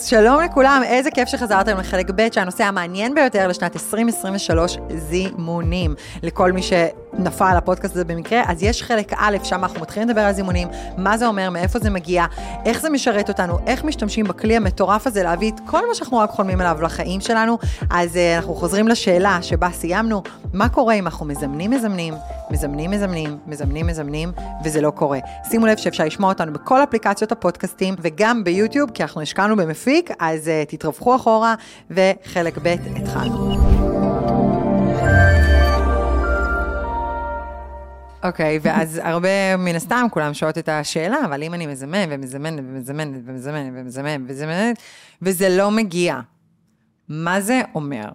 אז שלום לכולם, איזה כיף שחזרתם לחלק ב' שהנושא המעניין ביותר לשנת 2023 זימונים. לכל מי שנפל על הפודקאסט הזה במקרה, אז יש חלק א', שם אנחנו מתחילים לדבר על זימונים, מה זה אומר, מאיפה זה מגיע, איך זה משרת אותנו, איך משתמשים בכלי המטורף הזה להביא את כל מה שאנחנו רק חולמים עליו לחיים שלנו. אז אנחנו חוזרים לשאלה שבה סיימנו, מה קורה אם אנחנו מזמנים, וזה לא קורה. שימו לב שאפשר לשמוע אותנו בכל אפליקציות הפודקאסטים, וגם ביוטיוב, כי אנחנו השקענו במפיק, אז תתרווחו אחורה, וחלק ב' התחלנו. אוקיי, ואז הרבה מן הסתם כולם שואלות את השאלה, אבל אם אני מזמנת, וזה לא מגיע, מה זה אומר?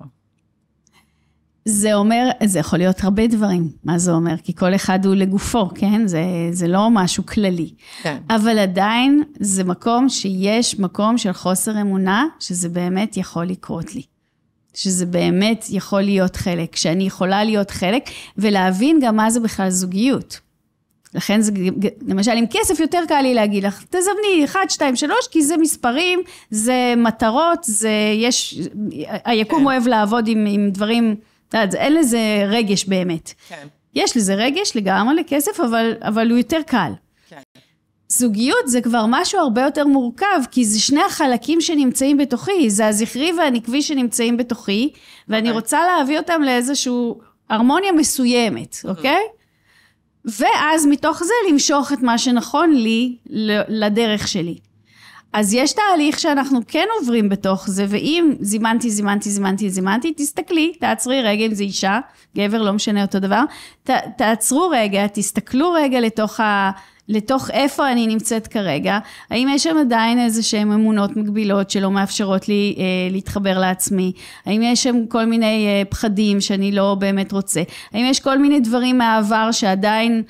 זה אומר, זה יכול להיות הרבה דברים, מה זה אומר? כי כל אחד הוא לגופו, כן? זה לא משהו כללי. כן. אבל עדיין זה מקום שיש מקום של חוסר אמונה, שזה באמת יכול לקרות לי. שזה באמת יכול להיות חלק, שאני יכולה להיות חלק, ולהבין גם מה זה בכלל זוגיות. לכן זה, למשל, עם כסף יותר קל לי להגיד לך, תזמני 1, 2, 3, כי זה מספרים, זה מטרות, זה יש, היקום אוהב לעבוד עם דברים, אין לזה רגש באמת. כן. יש לזה רגש לגמרי לכסף, אבל הוא יותר קל. כן. זוגיות זה כבר משהו הרבה יותר מורכב, כי זה שני החלקים שנמצאים בתוכי, זה הזכרי והנקבי שנמצאים בתוכי, ואני רוצה להביא אותם לאיזשהו הרמוניה מסוימת, אוקיי? ואז מתוך זה למשוך את מה שנכון לי לדרך שלי. אז יש תהליך שאנחנו כן עוברים בתוך זה, ואם זימנתי, תסתכלי, תעצרי רגע, אם זה אישה, גבר, לא משנה אותו דבר, תעצרו רגע, תסתכלו רגע לתוך איפה אני נמצאת כרגע, האם יש שם עדיין איזה שהן אמונות מגבילות שלא מאפשרות לי להתחבר לעצמי, האם יש שם כל מיני פחדים שאני לא באמת רוצה, האם יש כל מיני דברים מהעבר שעדיין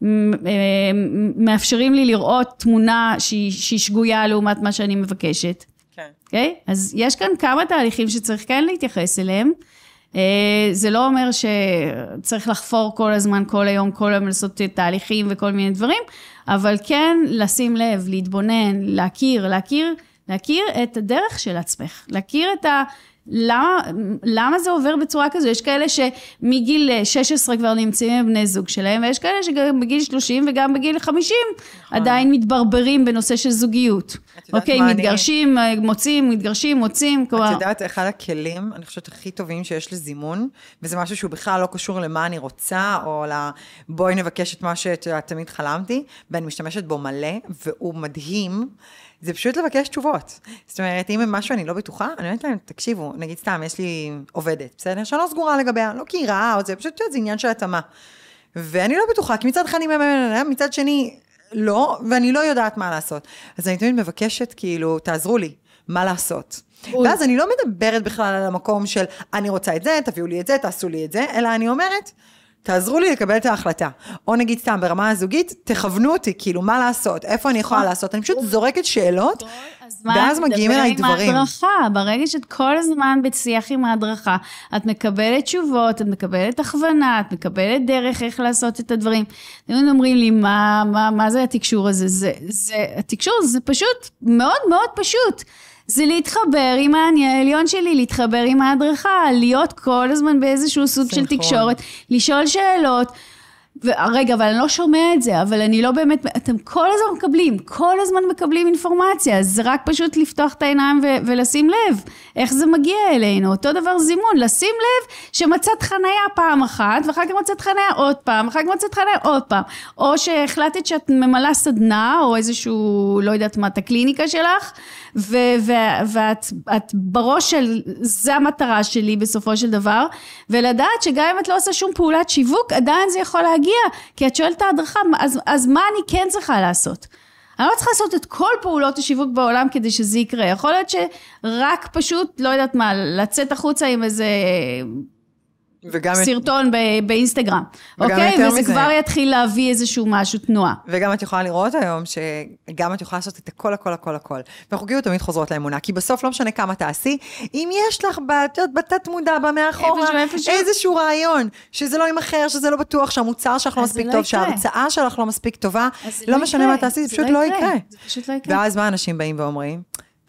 מאפשרים לי לראות תמונה שהיא שגויה לעומת מה שאני מבקשת. כן. אוקיי? אז יש כאן כמה תהליכים שצריך כן להתייחס אליהם, זה לא אומר שצריך לחפור כל הזמן, כל היום לעשות תהליכים וכל מיני דברים, אבל כן לשים לב, להתבונן, להכיר את הדרך של עצמך, להכיר את למה זה עובר בצורה כזו? יש כאלה שמגיל 16 כבר נמצאים עם בני זוג שלהם, ויש כאלה שגם בגיל 30 וגם בגיל 50 עדיין מתברברים בנושא של זוגיות. אוקיי, מתגרשים, מוצאים. את יודעת, אחד הכלים, אני חושבת, הכי טובים שיש לזימון, וזה משהו שהוא בכלל לא קשור למה אני רוצה, או בואי נבקש את מה שתמיד חלמתי, ואני משתמשת בו מלא, והוא מדהים, זה פשוט לבקש תשובות. זאת אומרת, אם משהו אני לא בטוחה, אני אומרת להם, תקשיבו, נגיד סתם, יש לי עובדת, בסדר? שאני לא סגורה לגביה, לא כי היא רעה, או זה פשוט זה עניין של התאמה. ואני לא בטוחה, כי מצד אחד אני מצד שני לא, ואני לא יודעת מה לעשות. אז אני תמיד מבקשת, כאילו, תעזרו לי, מה לעשות. ואז אני לא מדברת בכלל על המקום של, אני רוצה את זה, תביאו לי את זה, תעשו לי את זה, אלא אני אומרת, תעזרו לי לקבל את ההחלטה. או נגיד סתם ברמה הזוגית, תכוונו אותי, כאילו מה לעשות, איפה אני יכולה לעשות. אני פשוט זורקת שאלות, ואז מגיעים אליי דברים. ברגע שאת כל הזמן בשיח עם ההדרכה, את מקבלת תשובות, את מקבלת הכוונה, את מקבלת דרך איך לעשות את הדברים. אתם אומרים לי, מה זה התקשור הזה? התקשור זה פשוט, מאוד מאוד פשוט. זה להתחבר עם העני העליון שלי, להתחבר עם ההדרכה, להיות כל הזמן באיזשהו סוג של תקשורת, לשאול שאלות, רגע, אבל אני לא שומע את זה, אבל אני לא באמת, אתם כל הזמן מקבלים אינפורמציה, אז זה רק פשוט לפתוח את העיניים ולשים לב, איך זה מגיע אלינו, אותו דבר זימון, לשים לב שמצאת חנייה פעם אחת, ואחר כך מצאת חנייה עוד פעם, אחר כך מצאת חנייה עוד פעם, או שהחלטת שאת ממלאה סדנה, או איזשהו, לא יודעת מה, את הקליניקה שלך, ואת בראש של, זה המטרה שלי בסופו של דבר, ולדעת שגם אם את לא עושה שום פעולת שיווק, עדיין זה יכול להגיע, כי את שואלת את ההדרכה, אז מה אני כן צריכה לעשות? אני לא צריכה לעשות את כל פעולות השיווק בעולם כדי שזה יקרה, יכול להיות שרק פשוט, לא יודעת מה, לצאת החוצה עם איזה סרטון באינסטגרם, אוקיי? וזה כבר יתחיל להביא איזשהו משהו תנועה. וגם את יכולה לראות היום, שגם את יכולה לעשות את הכל. וחוגיות תמיד חוזרות לאמונה, כי בסוף לא משנה כמה תעשי, אם יש לך בתת מודע, במאחורה, איזשהו רעיון, שזה לא ימחר, שזה לא בטוח, שהמוצר שלך לא מספיק טוב, שההרצאה שלך לא מספיק טובה, לא משנה מה תעשי, זה פשוט לא יקרה. ואז מה אנשים באים ואומרים?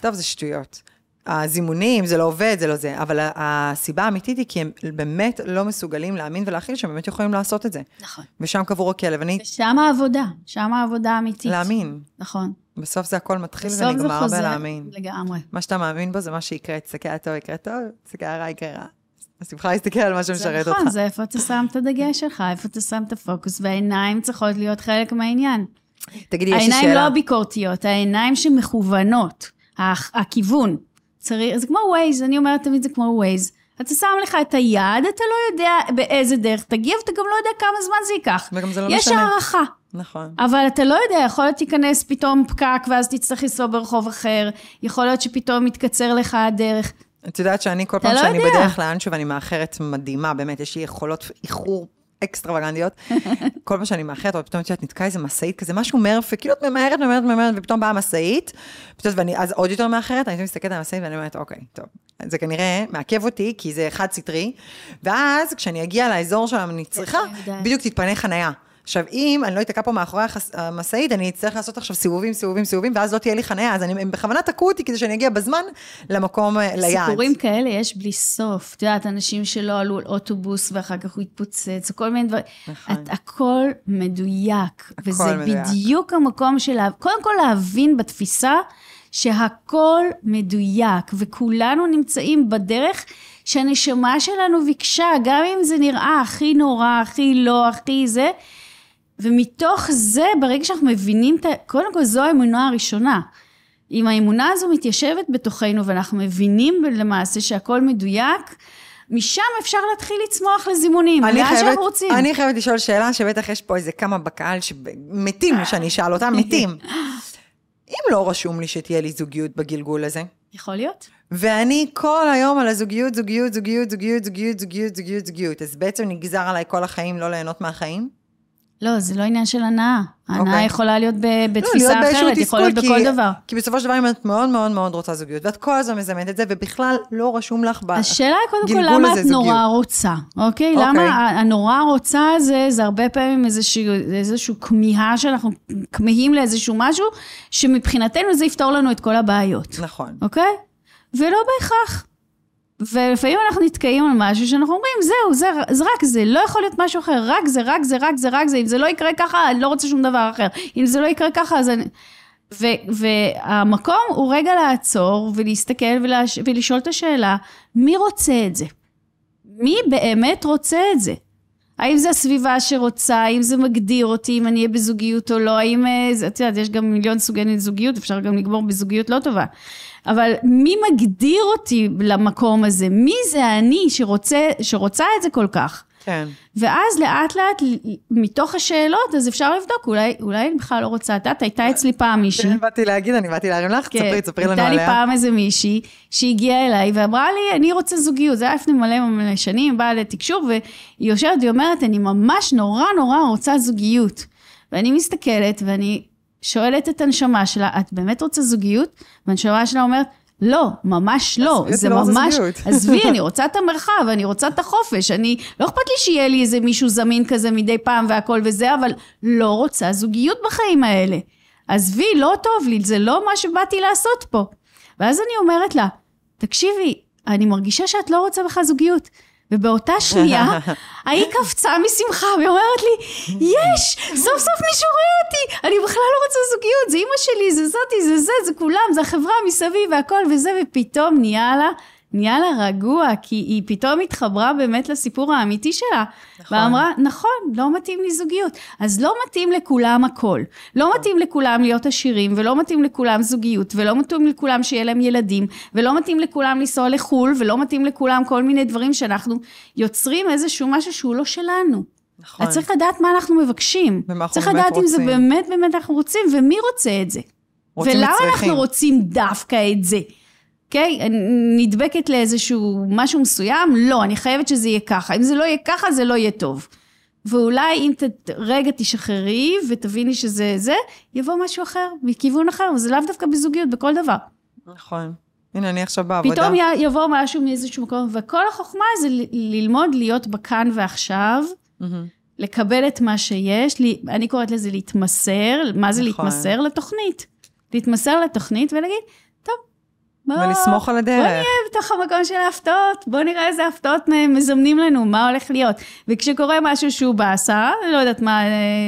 טוב, זה שטויות. הזימונים, זה לא עובד, זה לא זה, אבל הסיבה האמיתית היא כי הם באמת לא מסוגלים להאמין ולהכיל שהם באמת יכולים לעשות את זה. נכון. ושם קבור הכלב, ושם העבודה האמיתית. להאמין. נכון. בסוף זה הכל מתחיל ונגמר בלהאמין. לגמרי. מה שאתה מאמין בו זה מה שיקרה, תסתכל הטוב יקרה טוב, תסתכל הרע יקרה רע. אז תבחר להסתכל על מה שמשרת אותך. זה נכון, זה איפה אתה שם את הדגש שלך, איפה אתה שם את הפוקוס, והעיניים צריכות להיות חלק מהעניין. תגידי, יש לי שאלה. העיניים לא ביקורתיות, העיניים שמכוונות, הכיוון. זה כמו ווייז, אני אומרת תמיד זה כמו ווייז. אתה שם לך את היד, אתה לא יודע באיזה דרך תגיע, ואתה גם לא יודע כמה זמן זה ייקח. וגם זה לא יש הערכה. נכון. אבל אתה לא יודע, יכול להיות תיכנס פתאום פקק, ואז תצטרך לנסוע ברחוב אחר, יכול להיות שפתאום מתקצר לך הדרך. את יודעת שאני כל פעם שאני בדרך לאנשהו, ואני מאחרת מדהימה, באמת, יש לי יכולות איחור אקסטרווגנדיות, כל פעם שאני מאחרת, אבל פתאום את נתקע איזה מסעית כזה, משהו מרפק, כאילו את ממהרת, ופתאום באה מסעית, ואני אז עוד יותר מאחרת, אני מסתכלת על המסעית, ואני אומרת, אוקיי, טוב, זה כנראה מעכב אותי, כי זה חד סטרי, ואז כשאני אגיע לאזור שם, אני צריכה, בדיוק תתפנה חנייה. עכשיו, אם אני לא אתקע פה מאחורי המסעית, אני אצטרך לעשות עכשיו סיבובים, ואז לא תהיה לי חניה, אז אני בכוונה תקעו אותי, כדי שאני אגיע בזמן למקום, ליעד. סיפורים כאלה יש בלי סוף. את יודעת, אנשים שלא עלו על אוטובוס, ואחר כך הוא התפוצץ, או כל מיני דברים. הכל מדויק, וזה בדיוק המקום של, קודם כל להבין בתפיסה, שהכל מדויק, וכולנו נמצאים בדרך, שהנשמה שלנו ביקשה, גם אם זה נראה הכי נורא, הכי לא, הכי זה, ומתוך זה, ברגע שאנחנו מבינים, קודם כל זו האמונה הראשונה. אם האמונה הזו מתיישבת בתוכנו, ואנחנו מבינים למעשה שהכל מדויק, משם אפשר להתחיל לצמוח לזימונים. אני חייבת לשאול שאלה, שבטח יש פה איזה כמה בקהל שמתים, שאני אשאל אותם, מתים. אם לא רשום לי שתהיה לי זוגיות בגלגול הזה? יכול להיות. ואני כל היום על הזוגיות, אז בעצם נגזר עליי כל החיים לא ליהנות מהחיים? לא, זה לא עניין של הנאה. הנאה יכולה להיות בתפיסה אחרת, יכול להיות בכל דבר. כי בסופו של דבר, אם את מאוד מאוד מאוד רוצה זוגיות, ואת כל הזמן מזמנת את זה, ובכלל לא רשום לך בגלגול הזה זוגיות. השאלה היא קודם כל, למה את נורא רוצה, אוקיי? למה הנורא רוצה הזה, זה הרבה פעמים איזשהו כמיהה שאנחנו כמהים לאיזשהו משהו, שמבחינתנו זה יפתור לנו את כל הבעיות. נכון. אוקיי? ולא בהכרח. ולפעמים אנחנו נתקעים על משהו שאנחנו אומרים, זה רק זה, לא יכול להיות משהו אחר, רק זה, אם זה לא יקרה ככה, אני לא רוצה שום דבר אחר, אם זה לא יקרה ככה, אז אני... והמקום הוא רגע לעצור, ולהסתכל ולשאול את השאלה, מי רוצה את זה? מי באמת רוצה את זה? האם זה הסביבה שרוצה, האם זה מגדיר אותי, אם אני אהיה בזוגיות או לא, האם, את יודעת, יש גם מיליון סוגי זוגיות, אפשר גם לגמור בזוגיות לא טובה, אבל מי מגדיר אותי למקום הזה? מי זה אני שרוצה את זה כל כך? כן. ואז לאט לאט, מתוך השאלות, אז אפשר לבדוק, אולי אני בכלל לא רוצה, הייתה אצלי פעם מישהי. אני באתי להרים לך, תספרי לנו עליה. הייתה לי פעם איזה מישהי, שהגיעה אליי, ואמרה לי, אני רוצה זוגיות, זה היה לפני מלא שנים, באה לתקשור, והיא יושבת ואומרת, אני ממש נורא רוצה זוגיות. ואני מסתכלת, ואני שואלת את הנשמה שלה, את באמת רוצה זוגיות? והנשמה שלה אומרת, לא, ממש לא, זה ממש, עזבי, אני רוצה את המרחב, אני רוצה את החופש, לא אכפת לי שיהיה לי איזה מישהו זמין כזה מדי פעם והכל וזה, אבל לא רוצה זוגיות בחיים האלה. עזבי, לא טוב לי, זה לא מה שבאתי לעשות פה. ואז אני אומרת לה, תקשיבי, אני מרגישה שאת לא רוצה בכלל זוגיות. ובאותה שנייה, היא קפצה משמחה, והיא אומרת לי, יש, סוף סוף מישהו רואה אותי, אני בכלל לא רוצה זוגיות, זה אמא שלי, זה זאתי, זה כולם, זה החברה מסביב והכל וזה, ופתאום נהיה לה רגוע, כי היא פתאום התחברה באמת לסיפור האמיתי שלה, ואמרה, נכון, לא מתאים לי זוגיות, אז לא מתאים לכולם הכל, לא מתאים לכולם להיות עשירים, ולא מתאים לכולם זוגיות, ולא מתאים לכולם שיהיה להם ילדים, ולא מתאים לכולם לנסוע לחול, ולא מתאים לכולם כל מיני דברים שאנחנו יוצרים איזשהו משהו שהוא לא שלנו. נכון. אז צריך לדעת מה אנחנו מבקשים, צריך לדעת אם זה באמת אנחנו רוצים, ומי רוצה את זה, ולמה אנחנו רוצים דווקא את זה. אוקיי? נדבקת לאיזשהו משהו מסוים, לא, אני חייבת שזה יהיה ככה, אם זה לא יהיה ככה, זה לא יהיה טוב. ואולי אם רגע תשחררי ותביני שזה זה, יבוא משהו אחר, מכיוון אחר, וזה לאו דווקא בזוגיות, בכל דבר. נכון. הנה, אני עכשיו בעבודה. פתאום יבוא משהו מאיזשהו מקום, וכל החוכמה זה ללמוד להיות בכאן ועכשיו, לקבל את מה שיש, אני קוראת לזה להתמסר, מה זה להתמסר? לתוכנית. להתמסר לתוכנית ולהגיד, טוב, ולסמוך על הדרך. בוא נהיה בתוך המקום של ההפתעות, בוא נראה איזה הפתעות מזמנים לנו, מה הולך להיות. וכשקורה משהו שהוא בעשה, לא יודעת מה,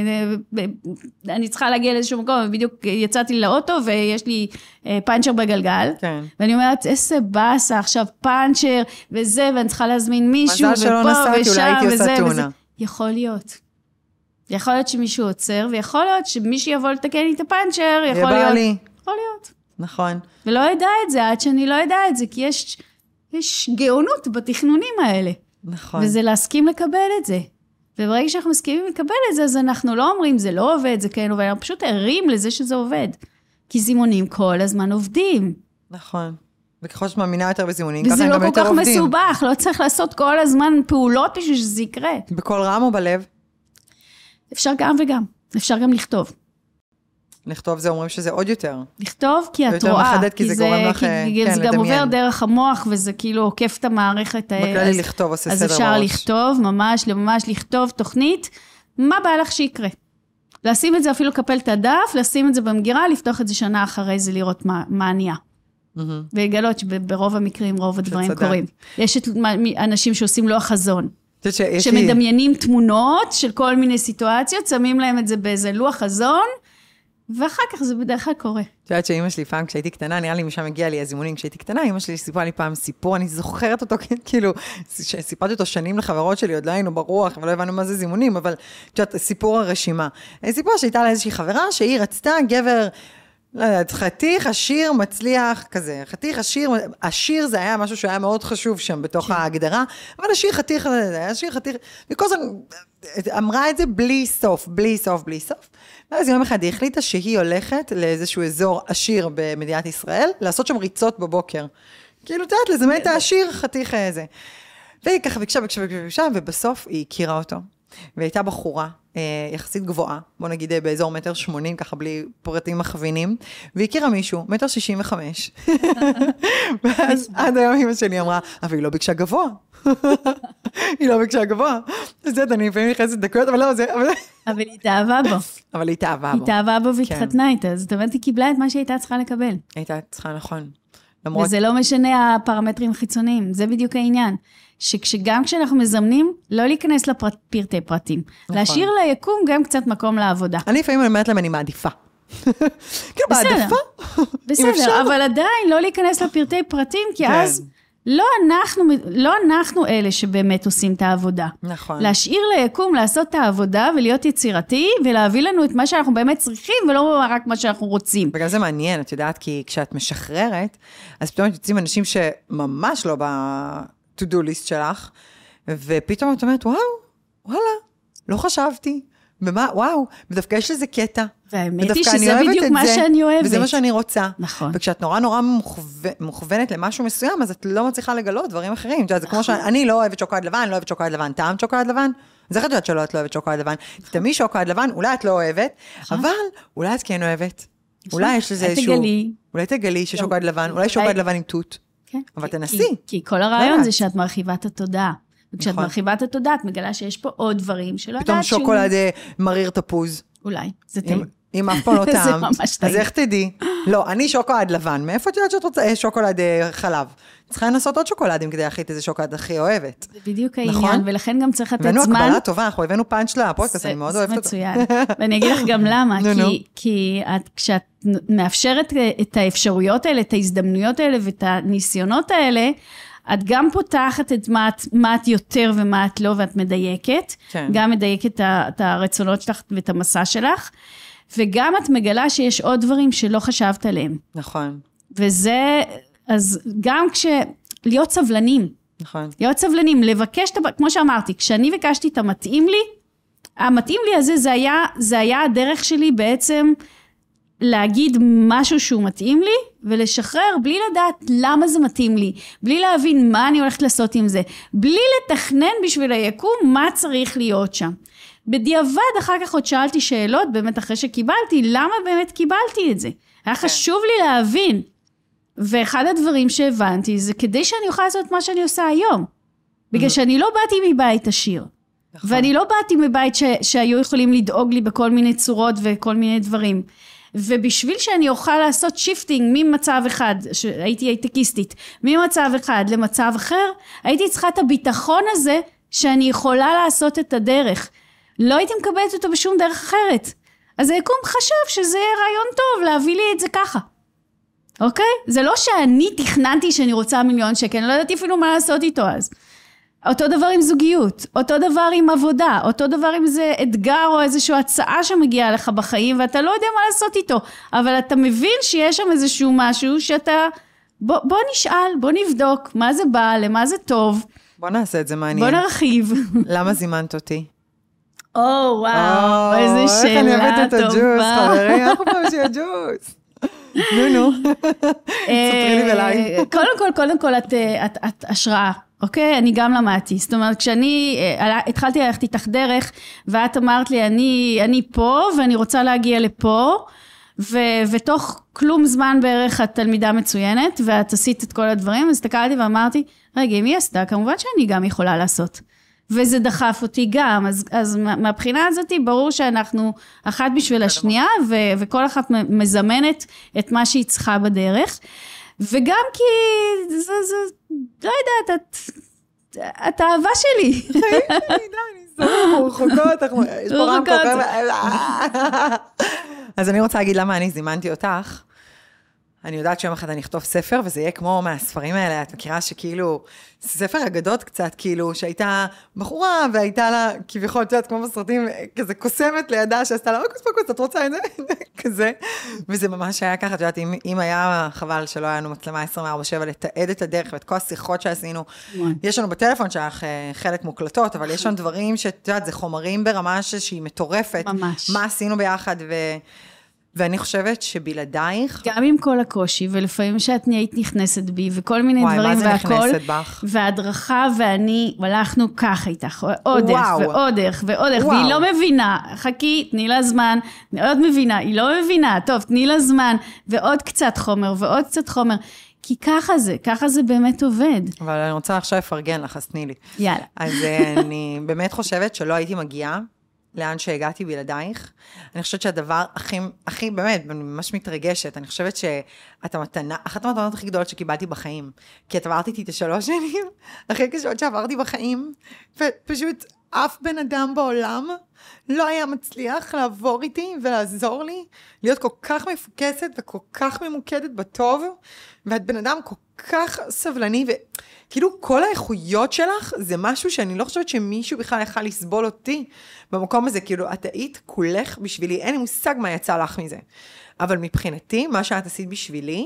אני צריכה להגיע לאיזשהו מקום, ובדיוק יצאתי לאוטו, ויש לי פאנצ'ר בגלגל, כן. ואני אומרת, איזה בעשה, עכשיו פאנצ'ר, וזה, ואני צריכה להזמין מישהו, ופה ושם, וזה. יכול להיות. יכול להיות שמישהו עוצר, ויכול להיות שמישהו יבוא לתקן לי את הפאנצ'ר, יכול להיות. נכון. ולא ידע את זה, עד שאני לא ידע את זה, כי יש גאונות בתכנונים האלה. נכון. וזה להסכים לקבל את זה. וברגע שאנחנו מסכימים לקבל את זה, אז אנחנו לא אומרים, זה לא עובד, זה כן עובד, אנחנו פשוט ערים לזה שזה עובד. כי זימונים כל הזמן עובדים. נכון. וככל שאת מאמינה יותר בזימונים, ככה הם גם יותר עובדים. וזה לא כל כך מסובך, לא צריך לעשות כל הזמן פעולות בשביל שזה יקרה. בכל רם או בלב? אפשר גם וגם. אפשר גם לכתוב. לכתוב זה אומרים שזה עוד יותר. לכתוב כי את רואה. יותר מחדד, כי זה גורם לך, כן, זה גם עובר דרך המוח, וזה כאילו עוקף את המערכת. בכללי לכתוב עושה סדר בראש. אז אפשר לכתוב, ממש לכתוב תוכנית, מה בא לך שיקרה? לשים את זה, אפילו לקפל את הדף, לשים את זה במגירה, לפתוח את זה שנה אחרי זה, לראות מה נהיה. ולגלות שברוב המקרים, רוב הדברים קורים. יש אנשים שעושים לוח חזון. שמדמיינים תמונות של כל מיני סיטואציות, שמים להם את זה באיזה לוח חזון, ואחר כך זה בדרך כלל קורה. את יודעת שאמא שלי פעם כשהייתי קטנה, נראה לי משם הגיע לי הזימונים כשהייתי קטנה, אמא שלי סיפרה לי פעם סיפור, אני זוכרת אותו כאילו, סיפרתי אותו שנים לחברות שלי, עוד לא היינו ברוח, ולא הבנו מה זה זימונים, אבל את יודעת, סיפור הרשימה. סיפור שהייתה לה איזושהי חברה, שהיא רצתה גבר, לא יודעת, חתיך, עשיר, מצליח, כזה, חתיך, עשיר זה היה משהו שהיה מאוד חשוב שם בתוך ההגדרה, אבל עשיר, חתיך, וכל זאת, אמרה את זה בלי סוף. ואז יום אחד היא החליטה שהיא הולכת לאיזשהו אזור עשיר במדינת ישראל, לעשות שם ריצות בבוקר. כאילו, תדעת, לזמן את העשיר, חתיך איזה. והיא ככה ביקשה, ובסוף היא הכירה אותו. והייתה בחורה יחסית גבוהה, בוא נגיד באזור 1.80 מטר, ככה בלי פרטים מכווינים, והיא הכירה מישהו, 1.65 מטר. ואז עד היום אמא שלי אמרה, אבל היא לא ביקשה גבוה. היא לא ביקשה גבוה. אז זה, אני לפעמים נכנסת דקות, אבל לא, זה... אבל היא התאהבה בו. היא התאהבה בו והתחתנה איתה, אז זאת אומרת, היא קיבלה את מה שהייתה צריכה לקבל. הייתה צריכה, נכון. וזה לא משנה הפרמטרים החיצוניים, זה בדיוק העניין. שגם כשאנחנו מזמנים, לא להיכנס לפרטי פרטים. להשאיר ליקום גם קצת מקום לעבודה. אני לפעמים אומרת להם, אני מעדיפה. כאילו, מעדיפה. בסדר, אבל עדיין לא להיכנס לפרטי פרטים, כי אז לא אנחנו אלה שבאמת עושים את העבודה. נכון. להשאיר ליקום, לעשות את העבודה, ולהיות יצירתי, ולהביא לנו את מה שאנחנו באמת צריכים, ולא רק מה שאנחנו רוצים. וגם זה מעניין, את יודעת, כי כשאת משחררת, אז פתאום יוצאים אנשים שממש לא to-do list שלך, ופתאום את אומרת, וואלה, לא חשבתי, וואו, ודווקא יש לזה קטע. והאמת היא שזה בדיוק מה שאני אוהבת. וזה מה שאני רוצה. נכון. וכשאת נורא מוכוונת למשהו מסוים, אז את לא מצליחה לגלות דברים אחרים. זה כמו שאני לא אוהבת שוקולד לבן, לא אוהבת שוקולד לבן, טעם שוקולד לבן. אז איך את יודעת שלא את לא אוהבת שוקולד לבן? תמי שוקולד לבן, אולי את לא אוהבת, אבל אולי את כן אוהבת. אולי יש לזה איזשהו... אולי תגלי ששוקולד לבן, אולי שוקולד לבן עם תות. אבל תנסי. כי כל הרעיון זה שאת מרחיבה את התודעה. וכשאת מרחיבה את התודעה, את מגלה שיש פה עוד דברים שלא יודעת פתאום שוקולד מריר תפוז. אולי, זה טעים. אם אף פעם לא טעם. זה ממש טעים. אז איך תדעי? לא, אני שוקולד לבן. מאיפה את יודעת שאת רוצה שוקולד חלב? צריכה לנסות עוד שוקולדים כדי להחליט איזה שוקולד הכי אוהבת. זה בדיוק העניין, ולכן גם צריך לתת זמן. הבאנו הקבלה טובה, אנחנו הבאנו פאנץ' לפודקאסט, אני מאוד אוהבת אותו. זה מצוין. ואני אגיד לך גם למה, כי כשאת מאפשרת את האפשרויות האלה, את ההזדמנויות האלה ואת הניסיונות האלה, את גם פותחת את מה את יותר ומה את לא, ואת מדייקת. כן. גם מדייקת את הרצונות שלך ואת המסע שלך, וגם את מגלה שיש עוד דברים שלא חשבת עליהם. נכון. וזה, אז גם להיות סבלנים. נכון. להיות סבלנים, לבקש, כמו שאמרתי, כשאני ביקשתי את המתאים לי, המתאים לי הזה, זה היה הדרך שלי בעצם להגיד משהו שהוא מתאים לי, ולשחרר בלי לדעת למה זה מתאים לי, בלי להבין מה אני הולכת לעשות עם זה, בלי לתכנן בשביל היקום מה צריך להיות שם. בדיעבד אחר כך עוד שאלתי שאלות, באמת אחרי שקיבלתי, למה באמת קיבלתי את זה? היה חשוב לי להבין. ואחד הדברים שהבנתי, זה כדי שאני אוכל לעשות מה שאני עושה היום. בגלל שאני לא באתי מבית עשיר. ואני לא באתי מבית שהיו יכולים לדאוג לי בכל מיני צורות וכל מיני דברים. ובשביל שאני אוכל לעשות שיפטינג ממצב אחד, שהייתי הייטקיסטית, ממצב אחד למצב אחר, הייתי צריכה את הביטחון הזה, שאני יכולה לעשות את הדרך. לא הייתי מקבלת אותו בשום דרך אחרת. אז היקום חשב שזה רעיון טוב, להביא לי את זה ככה. אוקיי? זה לא שאני תכננתי שאני רוצה 1,000,000 שקל, אני לא יודעת אפילו מה לעשות איתו אז. אותו דבר עם זוגיות, אותו דבר עם עבודה, אותו דבר עם איזה אתגר או איזושהי הצעה שמגיעה לך בחיים, ואתה לא יודע מה לעשות איתו, אבל אתה מבין שיש שם איזשהו משהו שאתה, בוא נשאל, בוא נבדוק, מה זה בא, למה זה טוב. בוא נעשה את זה מעניין. בוא נרחיב. למה זימנת אותי? וואו, איזה שאלה טובה. איך אני אוהבת את הג'וס, חברים, אנחנו פעם שיהיה ג'וס. נו. ספרי לי בליי. קודם כל, את השראה. אוקיי? אני גם למדתי. זאת אומרת, כשאני התחלתי ללכת איתך דרך, ואת אמרת לי, אני פה, ואני רוצה להגיע לפה, ותוך כלום זמן בערך את תלמידה מצוינת, ואת עשית את כל הדברים, אז הסתכלתי ואמרתי, רגע, אם היא עשתה, כמובן שאני גם יכולה לעשות. וזה דחף אותי גם, אז מהבחינה הזאת, ברור שאנחנו אחת בשביל השנייה, וכל אחת מזמנת את מה שהיא צריכה בדרך, וגם כי זה לא יודעת, את האהבה שלי. אני סובר רחוקות, יש פה רם אז אני רוצה להגיד למה אני זימנתי אותך. אני יודעת שיום אחד אני אכתוב ספר, וזה יהיה כמו מהספרים האלה, את מכירה שכאילו, ספר אגדות קצת, כאילו, שהייתה בחורה, והייתה לה, כביכול, את יודעת, כמו בסרטים, כזה קוסמת לידה, שעשתה לה, אוקוס פוקוס, את רוצה את זה? כזה. וזה ממש היה ככה, את יודעת, אם היה חבל שלא היה לנו מצלמה 24/7, לתעד את הדרך, ואת כל השיחות שעשינו, יש לנו בטלפון שלך חלק מוקלטות, אבל יש לנו דברים שאת יודעת, זה חומרים ברמה שהיא מטורפת. ממש. מה עשינו ביחד, ואני חושבת שבלעדייך... גם עם כל הקושי, ולפעמים שאת היית נכנסת בי, וכל מיני דברים והכל, וההדרכה ואני, הלכנו ככה איתך, עוד דרך ועוד דרך ועוד דרך, והיא לא מבינה, חכי, תני לה זמן, עוד מבינה, היא לא מבינה, טוב, תני לה זמן, ועוד קצת חומר, ועוד קצת חומר, כי ככה זה באמת עובד. אבל אני רוצה עכשיו לפרגן לך, אז תני לי. יאללה. אז אני באמת חושבת שלא הייתי מגיעה, לאן שהגעתי בלעדייך. אני חושבת שהדבר הכי באמת, אני ממש מתרגשת, אני חושבת שאתה אחת המתנות הכי גדולות שקיבלתי בחיים, כי את עברתי איתי את 3 שנים, הכי קשות שעברתי בחיים, ופשוט אף בן אדם בעולם לא היה מצליח לעבור איתי ולעזור לי, להיות כל כך מפוקסת וכל כך ממוקדת בטוב, ואת בן אדם כל כך סבלני, וכאילו כל האיכויות שלך זה משהו שאני לא חושבת שמישהו בכלל יכל לסבול אותי במקום הזה, כאילו את היית כולך בשבילי, אין לי מושג מה יצא לך מזה, אבל מבחינתי מה שאת עשית בשבילי,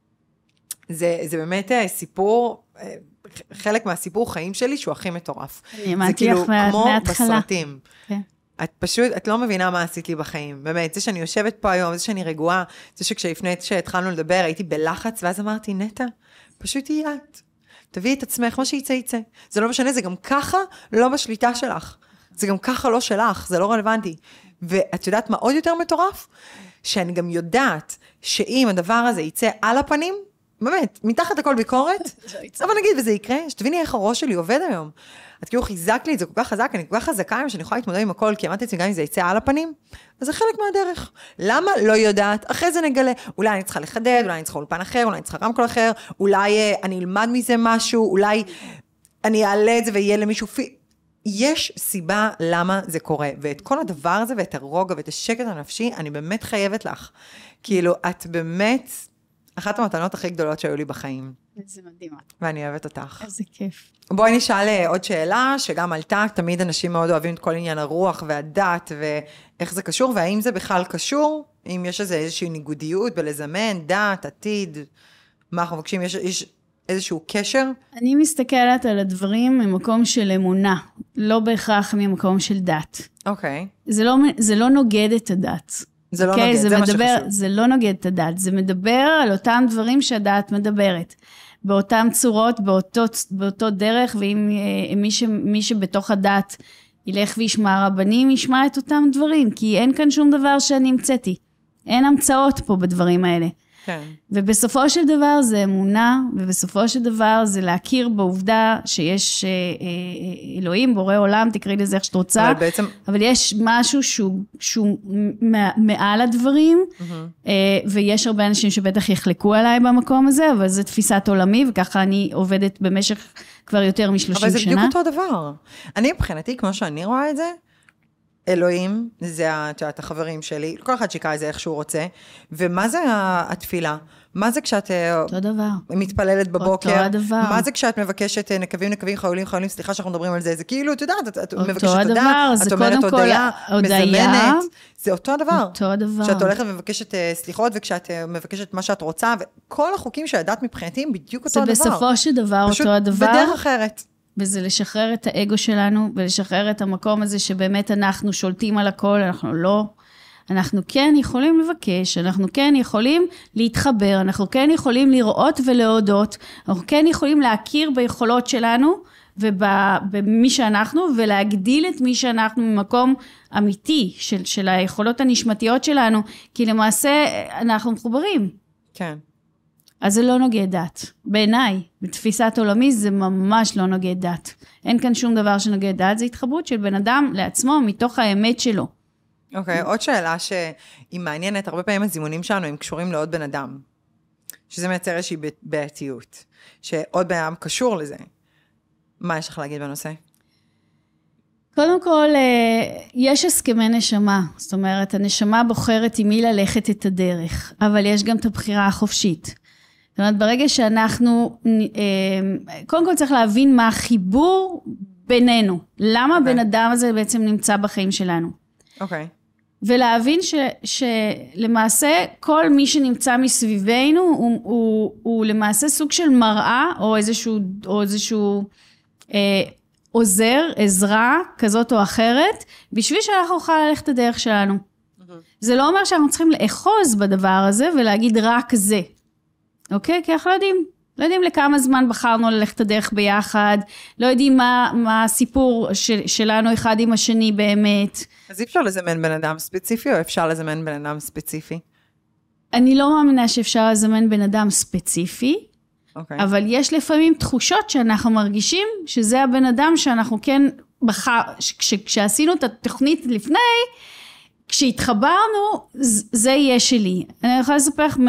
זה באמת סיפור, חלק מהסיפור חיים שלי שהוא הכי מטורף. זה כאילו כמו בסרטים. את פשוט, את לא מבינה מה עשית לי בחיים. באמת, זה שאני יושבת פה היום, זה שאני רגועה, זה שכשלפני שהתחלנו לדבר, הייתי בלחץ, ואז אמרתי, נטע, פשוט תהיי את. תביאי את עצמך, מה שיצא יצא. זה לא משנה, זה גם ככה לא בשליטה שלך. זה גם ככה לא שלך, זה לא רלוונטי. ואת יודעת מה עוד יותר מטורף? שאני גם יודעת שאם הדבר הזה יצא על הפנים, באמת, מתחת הכל ביקורת, אבל נגיד, וזה יקרה, שתביני איך הראש שלי עובד היום. את כאילו חיזק לי את זה כל כך חזק, אני כל כך חזקה היום שאני יכולה להתמודד עם הכל, כי אמרתי את זה גם אם זה יצא על הפנים, אז זה חלק מהדרך. למה? לא יודעת, אחרי זה נגלה, אולי אני צריכה לחדד, אולי אני צריכה אולפן אחר, אולי אני צריכה רמקול אחר, אולי אני אלמד מזה משהו, אולי אני אעלה את זה ויהיה למישהו יש סיבה למה זה קורה, ואת כל הדבר הזה, ואת הרוגע, ואת השקט הנפשי, אני באמת חייבת לך. כאילו, את באמת אחת המתנות הכי גדולות שהיו לי בחיים. זה מדהימה. ואני אוהבת אותך. איזה כיף. בואי נשאל עוד שאלה, שגם עלתה, תמיד אנשים מאוד אוהבים את כל עניין הרוח והדת, ואיך זה קשור, והאם זה בכלל קשור, אם יש איזושהי ניגודיות בלזמן, דת, עתיד, מה אנחנו מבקשים, יש איזשהו קשר? אני מסתכלת על הדברים ממקום של אמונה, לא בהכרח ממקום של דת. אוקיי. זה לא נוגד את הדת. זה לא נוגד, זה מה שחשוב. זה לא נוגד את הדת, זה מדבר על אותם דברים שהדת מדברת. באותן צורות, באותו דרך, ואם מי שבתוך הדת ילך וישמע רבנים, ישמע את אותם דברים, כי אין כאן שום דבר שאני המצאתי. אין המצאות פה בדברים האלה. כן. ובסופו של דבר זה אמונה, ובסופו של דבר זה להכיר בעובדה שיש אלוהים, בורא עולם, תקראי לזה איך שאת רוצה, אבל יש משהו שהוא מעל הדברים, ויש הרבה אנשים שבטח יחלקו עליי במקום הזה, אבל זה תפיסת עולמי, וככה אני עובדת במשך כבר יותר מ-30 שנה. אבל זה בדיוק אותו דבר. אני מבחינתי, כמו שאני רואה את זה, אלוהים, זה החברים שלי, כל אחד שיקרא את זה איך שהוא רוצה, ומה זה התפילה? מה זה כשאת מתפללת בבוקר? אותו הדבר. מה זה כשאת מבקשת נקבים, חיילים, סליחה שאנחנו מדברים על זה, זה כאילו, את יודעת, את מבקשת תודה, את אומרת הודיה, מזמנת, זה אותו הדבר. אותו הדבר. כשאת הולכת ומבקשת סליחות, וכשאת מבקשת מה שאת רוצה, וכל החוקים שהדת מבחינתי הם בדיוק אותו הדבר. זה בסופו של דבר אותו הדבר. בדרך אחרת. וזה לשחרר את האגו שלנו, ולשחרר את המקום הזה שבאמת אנחנו שולטים על הכל, אנחנו לא. אנחנו כן יכולים לבקש, אנחנו כן יכולים להתחבר, אנחנו כן יכולים לראות ולהודות, אנחנו כן יכולים להכיר ביכולות שלנו, ובמי שאנחנו, ולהגדיל את מי שאנחנו ממקום אמיתי, של היכולות הנשמתיות שלנו, כי למעשה אנחנו מחוברים. כן. אז זה לא נוגע דת. בעיניי, בתפיסת עולמי, זה ממש לא נוגע דת. אין כאן שום דבר שנוגע דת, זה התחברות של בן אדם לעצמו, מתוך האמת שלו. אוקיי, עוד שאלה שהיא מעניינת, הרבה פעמים הזימונים שלנו הם קשורים לעוד בן אדם, שזה מייצר איזושהי בעייתיות, שעוד בן אדם קשור לזה. מה יש לך להגיד בנושא? קודם כל, יש הסכמי נשמה, זאת אומרת, הנשמה בוחרת עם מי ללכת את הדרך, אבל יש גם את הבחירה החופשית. זאת אומרת, ברגע שאנחנו, קודם כל צריך להבין מה החיבור בינינו, למה בן אדם הזה בעצם נמצא בחיים שלנו. אוקיי. ולהבין שלמעשה כל מי שנמצא מסביבנו הוא למעשה סוג של מראה או איזשהו עוזר, עזרה כזאת או אחרת, בשביל שאנחנו נוכל ללכת את הדרך שלנו. זה לא אומר שאנחנו צריכים לאחוז בדבר הזה ולהגיד רק זה. אוקיי? כי אנחנו לא יודעים לכמה זמן בחרנו ללכת את הדרך ביחד, לא יודעים מה הסיפור שלנו אחד עם השני באמת. אז אי אפשר לזמן בן אדם ספציפי, או אפשר לזמן בן אדם ספציפי? אני לא מאמינה שאפשר לזמן בן אדם ספציפי, אבל יש לפעמים תחושות שאנחנו מרגישים, שזה הבן אדם שאנחנו כן כשעשינו את התוכנית לפני, כשהתחברנו, זה יהיה שלי. אני יכולה לספר לך,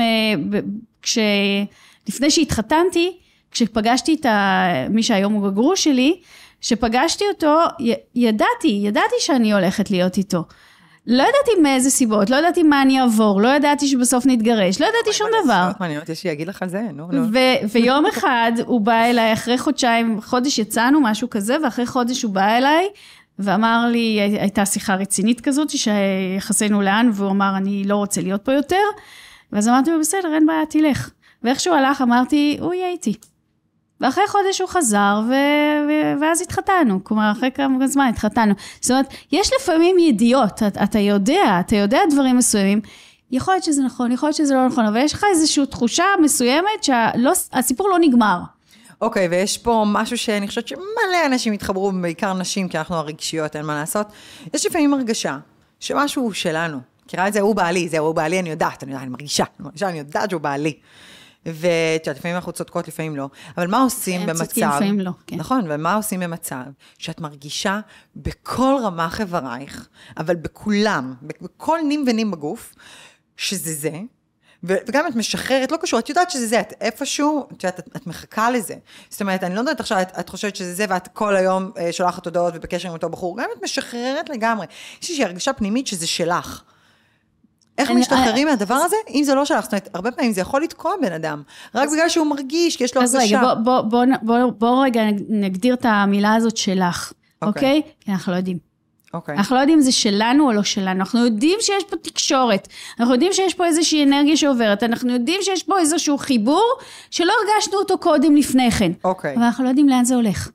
לפני שהתחתנתי, כשפגשתי את מי שהיום הוא הגרוש שלי, שפגשתי אותו, ידעתי שאני הולכת להיות איתו. לא ידעתי מאיזה סיבות, לא ידעתי מה אני אעבור, לא ידעתי שבסוף נתגרש, לא ידעתי שום דבר. יש שיגיד לך על זה, נו. ויום אחד הוא בא אליי, אחרי חודש יצאנו, משהו כזה, ואחרי חודש הוא בא אליי, ואמר לי, הייתה שיחה רצינית כזאת, שיחסנו לאן, והוא אמר, אני לא רוצה להיות פה יותר, ואז אמרתי לו, בסדר, אין בעיה, תלך. ואיך שהוא הלך, אמרתי, הוא יהיה איתי. ואחרי חודש הוא חזר, ואז התחתנו, כלומר, אחרי כמה זמן התחתנו. זאת אומרת, יש לפעמים ידיעות, אתה יודע דברים מסוימים, יכול להיות שזה נכון, יכול להיות שזה לא נכון, אבל יש לך איזושהי תחושה מסוימת, שהסיפור לא נגמר. אוקיי, ויש פה משהו שאני חושבת שמלא אנשים התחברו, בעיקר נשים, כי אנחנו הרגשיות, אין מה לעשות. יש לפעמים הרגשה, שמשהו הוא שלנו. מכירה את זה, הוא בעלי, אני יודעת, אני מרגישה, אני יודעת שהוא בעלי. ולפעמים אנחנו צודקות, לפעמים לא. אבל מה עושים במצב? לפעמים לא, כן. נכון, ומה עושים במצב? שאת מרגישה בכל רמה חברייך, אבל בכולם, בכל נים ונים בגוף, שזה זה, וגם את משחררת, לא קשור, את יודעת שזה זה, את איפשהו, את מחכה לזה. זאת אומרת, אני לא יודעת עכשיו, את חושבת שזה זה, ואת כל היום שולחת הודעות ובקשר עם אותו בחור, גם את משחררת לגמרי. יש לי הרגשה פנימית שזה שלך. איך משתחררים מהדבר הזה? אם זה לא שלך, זאת אומרת, הרבה פעמים זה יכול לתקוע בן אדם, רק בגלל שהוא מרגיש, כי יש לו הרגשה. אז רגע, בוא רגע נגדיר את המילה הזאת שלך, אוקיי? כי אנחנו לא יודעים. אנחנו לא יודעים אם זה שלנו או לא שלנו, אנחנו יודעים שיש פה תקשורת, אנחנו יודעים שיש פה איזושהי אנרגיה שעוברת, אנחנו יודעים שיש פה איזשהו חיבור, שלא הרגשנו אותו קודם לפני כן. אבל אנחנו לא יודעים לאן זה הולך.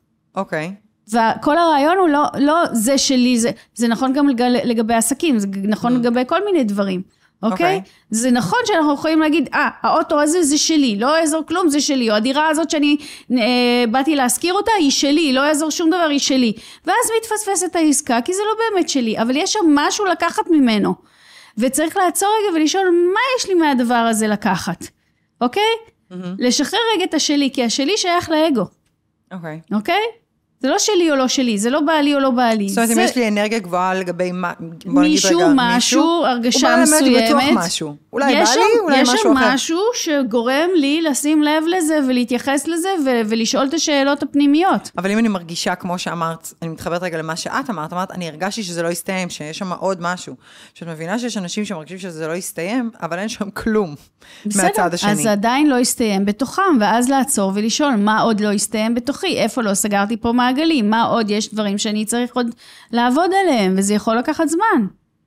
וכל הרעיון הוא לא זה שלי, זה נכון גם לגבי עסקים, זה נכון לגבי כל מיני דברים, אוקיי? זה נכון שאנחנו יכולים להגיד, האוטו הזה זה שלי, לא יעזור כלום, זה שלי, או הדירה הזאת שאני באתי להזכיר אותה, היא שלי, לא יעזור שום דבר, היא שלי. ואז מתפספסת העסקה, כי זה לא באמת שלי, אבל יש שם משהו לקחת ממנו. וצריך לעצור רגע ולשאול, מה יש לי מהדבר הזה לקחת? אוקיי? לשחרר רגע את השלי, כי השלי שייך לאגו. אוקיי. אוקיי? זה לא שלי או לא שלי, זה לא בעלי או לא בעלי. זאת אומרת, אם יש לי אנרגיה גבוהה לגבי מה, מישהו, משהו, הרגשה מסוימת. הוא בא למד בטוח משהו. אולי בעלי, אולי משהו אחר. יש שם משהו שגורם לי לשים לב לזה ולהתייחס לזה ולשאול את השאלות הפנימיות. אבל אם אני מרגישה, כמו שאמרת, אני מתחברת רגע למה שאת אמרת, אני הרגשתי שזה לא יסתיים, שיש שם עוד משהו. שאת מבינה שיש אנשים שמרגישים שזה לא יסתיים, אבל אין שם כלום מהצד השני. אז עדיין לא יסתיים בתוכם, ואז לעצור ולשאול מה עוד לא יסתיים בתוכי, איפה לא סגרתי פה מעגלים, מה עוד יש דברים שאני צריך עוד לעבוד עליהם, וזה יכול לקחת זמן.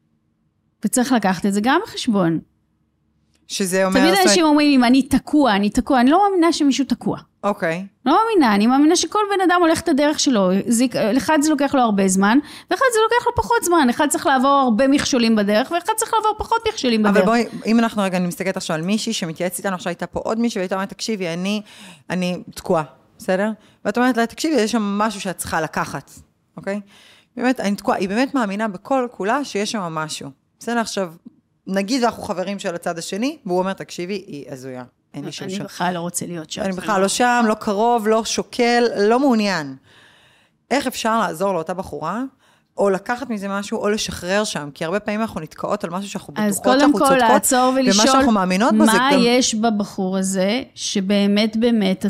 וצריך לקחת את זה גם בחשבון. שזה אומר... תמיד אנשים אומרים, אם אני תקוע, אני לא מאמינה שמישהו תקוע. אוקיי. לא מאמינה, אני מאמינה שכל בן אדם הולך את הדרך שלו, אחד זה לוקח לו הרבה זמן, ואחד זה לוקח לו פחות זמן, אחד צריך לעבור הרבה מכשולים בדרך, ואחד צריך לעבור פחות מכשולים בדרך. אבל בואי, אם אנחנו רגע מסתכלת עכשיו על מישהי שמתייעץ איתנו, עכשיו הייתה פה עוד מישהי, והייתה אומרת, תקשיבי, אני תקועה, בסדר? ואת אומרת לה, תקשיבי, יש שם משהו שאת צריכה לקחת, אוקיי? באמת, אני תקועה, היא באמת מאמינה בכל כולה שיש שם משהו. בסדר, עכשיו, נגיד אנחנו חברים של הצד השני, והוא אומר, תקשיבי, היא הזויה. אני בכלל לא רוצה להיות שם. אני בכלל לא שם, לא קרוב, לא שוקל, לא מעוניין. איך אפשר לעזור לאותה בחורה, או לקחת מזה משהו, או לשחרר שם? כי הרבה פעמים אנחנו נתקעות על משהו שאנחנו בטוחות, שאנחנו צודקות, ומה שאנחנו מאמינות בו זה גם... מה יש בבחור הזה, שבאמת באמת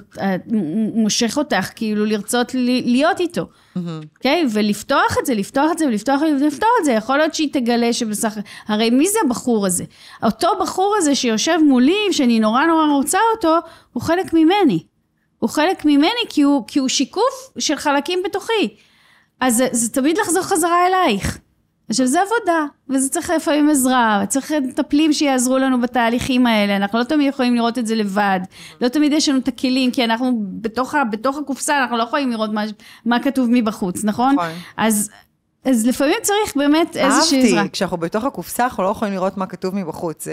מושך אותך, כאילו לרצות להיות איתו. אוקיי? ולפתוח את זה, לפתוח את זה. יכול להיות שהיא תגלה שבסך... הרי מי זה הבחור הזה? אותו בחור הזה שיושב מולי, שאני נורא רוצה אותו, הוא חלק ממני. הוא חלק ממני כי הוא שיקוף של חלקים בתוכי. אז זה תמיד לחזור חזרה אלייך. עכשיו זה עבודה, וזה צריך לפעמים עזרה, וצריך מטפלים שיעזרו לנו בתהליכים האלה, אנחנו לא תמיד יכולים לראות את זה לבד, לא תמיד יש לנו את הכלים, כי אנחנו בתוך הקופסה, אנחנו לא יכולים לראות מה כתוב מבחוץ, נכון? אז לפעמים צריך באמת איזושהי עזרה. אהבתי, כשאנחנו בתוך הקופסה, אנחנו לא יכולים לראות מה כתוב מבחוץ,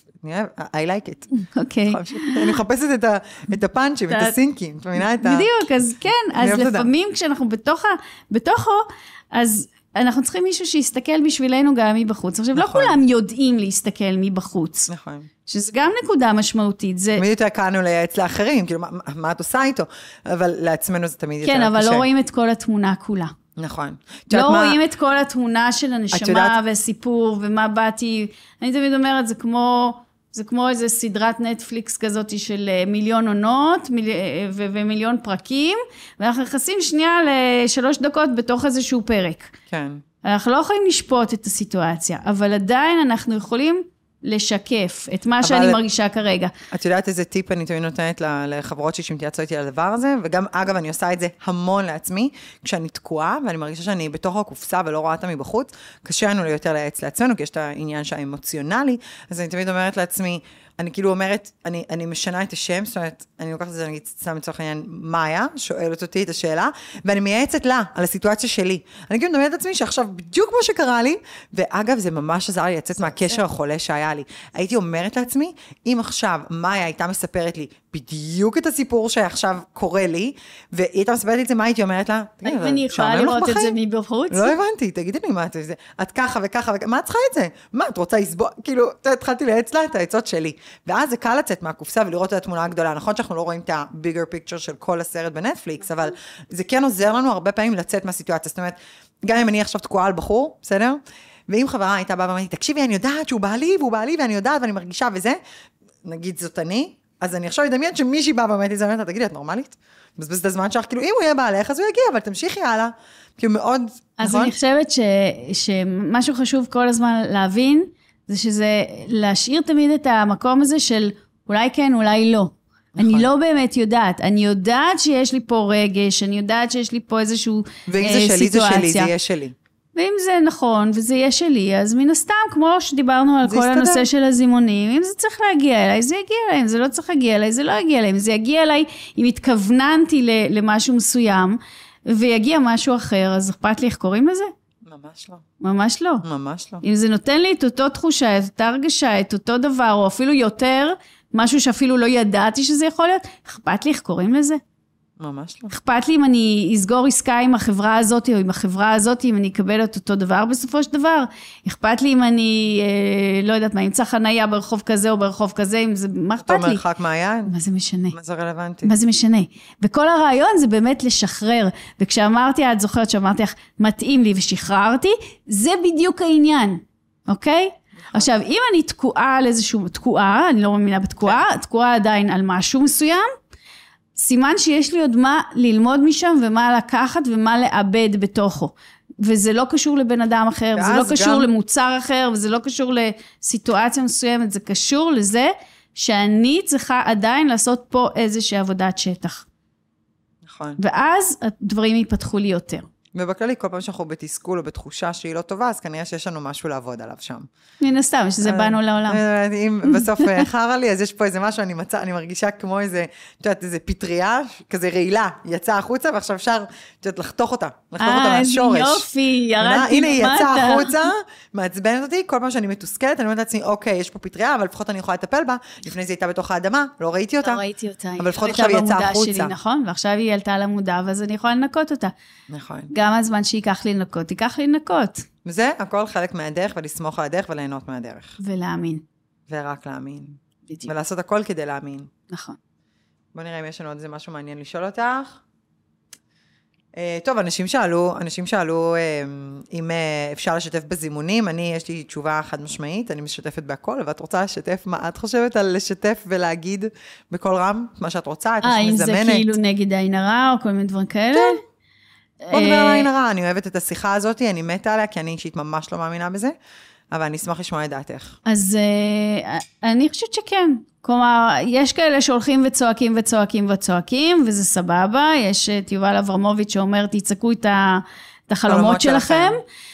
I like it. אוקיי. אני מחפשת את הפאנצ'ים, את הסינקים, את מבינה את ה... בדיוק, אז כן, אז לפעמים כשאנחנו בתוכו, אז אנחנו צריכים מישהו שיסתכל בשבילנו גם מבחוץ. עכשיו, לא כולם יודעים להסתכל מבחוץ. נכון. שזה גם נקודה משמעותית. תמיד יותר קראנו לייעץ לאחרים, כאילו, מה את עושה איתו? אבל לעצמנו זה תמיד יותר קשה. כן, אבל לא רואים את כל התמונה כולה. נכון. לא רואים את כל התמונה של הנשמה וסיפור ומה באתי. אני תמיד אומרת, זה כמו איזה סדרת נטפליקס כזאת של 1,000,000 עונות ומיליון פרקים, ואנחנו נכנסים שנייה ל3 דקות בתוך איזשהו פרק. כן. אנחנו לא יכולים לשפוט את הסיטואציה, אבל עדיין אנחנו יכולים לשקף את מה שאני מרגישה כרגע. את יודעת איזה טיפ אני תמיד נותנת לחברות שמתייעצות איתי על הדבר הזה, וגם אגב אני עושה את זה המון לעצמי, כשאני תקועה, ואני מרגישה שאני בתוך הקופסה ולא רואה אותה מבחוץ, קשה לנו יותר לייעץ לעצמנו, כי יש את העניין שהאמוציונלי, אז אני תמיד אומרת לעצמי, אני כאילו אומרת, אני משנה את השם, זאת אומרת, אני לוקחת את זה, אני שם לצורך העניין, מאיה, שואלת אותי את השאלה, ואני מייעצת לה, על הסיטואציה שלי. אני כאילו מדמיינת את עצמי, שעכשיו בדיוק כמו שקרה לי, ואגב, זה ממש עזר לי לצאת מהקשר החולה שהיה לי. הייתי אומרת לעצמי, אם עכשיו מאיה הייתה מספרת לי, בדיוק את הסיפור שעכשיו קורה לי, והיא הייתה מספרת לי את זה, מה הייתי אומרת לה? אני יכולה לראות את זה מבחוץ? לא הבנתי, תגידי לי מה את ככה וככה, מה את צריכה את זה? מה, את רוצה לסבוע? כאילו, התחלתי לייעץ לה את העצות שלי. ואז זה קל לצאת מהקופסה ולראות את התמונה הגדולה. נכון שאנחנו לא רואים את ה-bigger picture של כל הסרט בנטפליקס, אבל זה כן עוזר לנו הרבה פעמים לצאת מהסיטואציה. זאת אומרת, גם אם אני עכשיו תקועה על בחור, בסדר? ואם חברה הייתה באה ואמרתי, תקשיבי, אני יודעת שהוא בעלי, והוא בעלי, ואני יודעת, ואני מרגישה וזה, נגיד זאת אני, אז אני עכשיו אדמיין שמישהי באה ואמרתי, זה אומרת, תגידי, את נורמלית? בזבז את הזמן שלך, כאילו, אם הוא יהיה בעלך, אז הוא יגיע, אבל תמשיכי הלאה. כאילו, מאוד, אז אני חושבת שמשהו חשוב כל הזמן להבין, זה שזה להשאיר תמיד את המקום הזה של אולי כן, אולי לא. אני לא באמת יודעת. אני יודעת שיש לי פה רגש, אני יודעת שיש לי פה איזשהו סיטואציה. ואם זה שלי, זה שלי, זה יהיה שלי. ואם זה נכון, וזה יהיה שלי, אז מן הסתם, כמו שדיברנו על כל הנושא של הזימונים, אם זה צריך להגיע אליי, זה יגיע אליי, אם זה לא צריך להגיע אליי, זה לא יגיע אליי, אם זה יגיע אליי, אם התכווננתי למשהו מסוים, ויגיע משהו אחר, אז אכפת לי איך קוראים לזה? ממש לא. ממש לא. ממש לא. אם זה נותן לי את אותו תחושה, את אותה הרגשה, את אותו דבר, או אפילו יותר, משהו שאפילו לא ידעתי שזה יכול להיות, אכפת לי איך קוראים לזה? ממש לא. אכפת לי אם אני אסגור עסקה עם החברה הזאת, או עם החברה הזאת, אם אני אקבל את אותו דבר בסופו של דבר. אכפת לי אם אני, לא יודעת מה, אמצא חנייה ברחוב כזה או ברחוב כזה, אם זה, מה אכפת לי? אותו מרחק מהיד? מה זה משנה? מה זה רלוונטי? מה זה משנה? וכל הרעיון זה באמת לשחרר. וכשאמרתי, את זוכרת שאמרתי לך, מתאים לי ושחררתי, זה בדיוק העניין, אוקיי? עכשיו, אם אני תקועה על איזשהו, תקועה, אני לא מאמינה בתקועה, תקועה עדיין על משהו מסוים, סימן שיש לי עוד מה ללמוד משם, ומה לקחת ומה לאבד בתוכו. וזה לא קשור לבן אדם אחר, וזה לא קשור גם למוצר אחר, וזה לא קשור לסיטואציה מסוימת, זה קשור לזה שאני צריכה עדיין לעשות פה איזושהי עבודת שטח. נכון. ואז הדברים ייפתחו לי יותר. ובכללי, כל פעם שאנחנו בתסכול או בתחושה שהיא לא טובה, אז כנראה שיש לנו משהו לעבוד עליו שם. מן הסתם, שזה באנו לעולם. אם בסוף חרה לי, אז יש פה איזה משהו, אני מרגישה כמו איזה, את יודעת, איזה פטריה, כזה רעילה, יצאה החוצה, ועכשיו אפשר, את יודעת, לחתוך אותה מהשורש. יופי, ירדתי למטה. הנה, היא יצאה החוצה, מעצבנת אותי, כל פעם שאני מתוסכלת, אני אומרת לעצמי, אוקיי, יש פה פטריה, אבל לפחות אני יכולה לטפל בה, לפני זה הייתה בתוך האדמה, לא ראיתי אותה. לא ראיתי אותה. אבל לפחות עכשיו היא יצאה החוצה. נכון, ועכשיו היא עלתה על המודע, ואז אני יכולה לנקות אותה. נכון. גם הזמן שייקח לי לנקות, ייקח לי לנקות. וזה הכל חלק מהדרך, ולסמוך על הדרך וליהנות מהדרך. ולהאמין. ורק להאמין. בדיוק. ולעשות הכל כדי להאמין. נכון. בוא נראה אם יש לנו עוד איזה משהו מעניין לשאול אותך. טוב, אנשים שאלו אם אפשר לשתף בזימונים, יש לי תשובה חד משמעית, אני משתפת בהכל, ואת רוצה לשתף מה את חושבת על לשתף ולהגיד בכל רם, מה שאת רוצה, את מה שמזמנת. אם זה כאילו נגד העין הרע, או כל מיני דברים כאלה? כן. בוא נדבר על העין הרע, אני אוהבת את השיחה הזאת, אני מתה עליה, כי אני אישית ממש לא מאמינה בזה, אבל אני אשמח לשמוע את דעתך. אז אני חושבת שכן. כלומר, יש כאלה שהולכים וצועקים וצועקים וצועקים, וזה סבבה. יש את יובל אברמוביץ' שאומר, תצעקו את החלומות שלכם,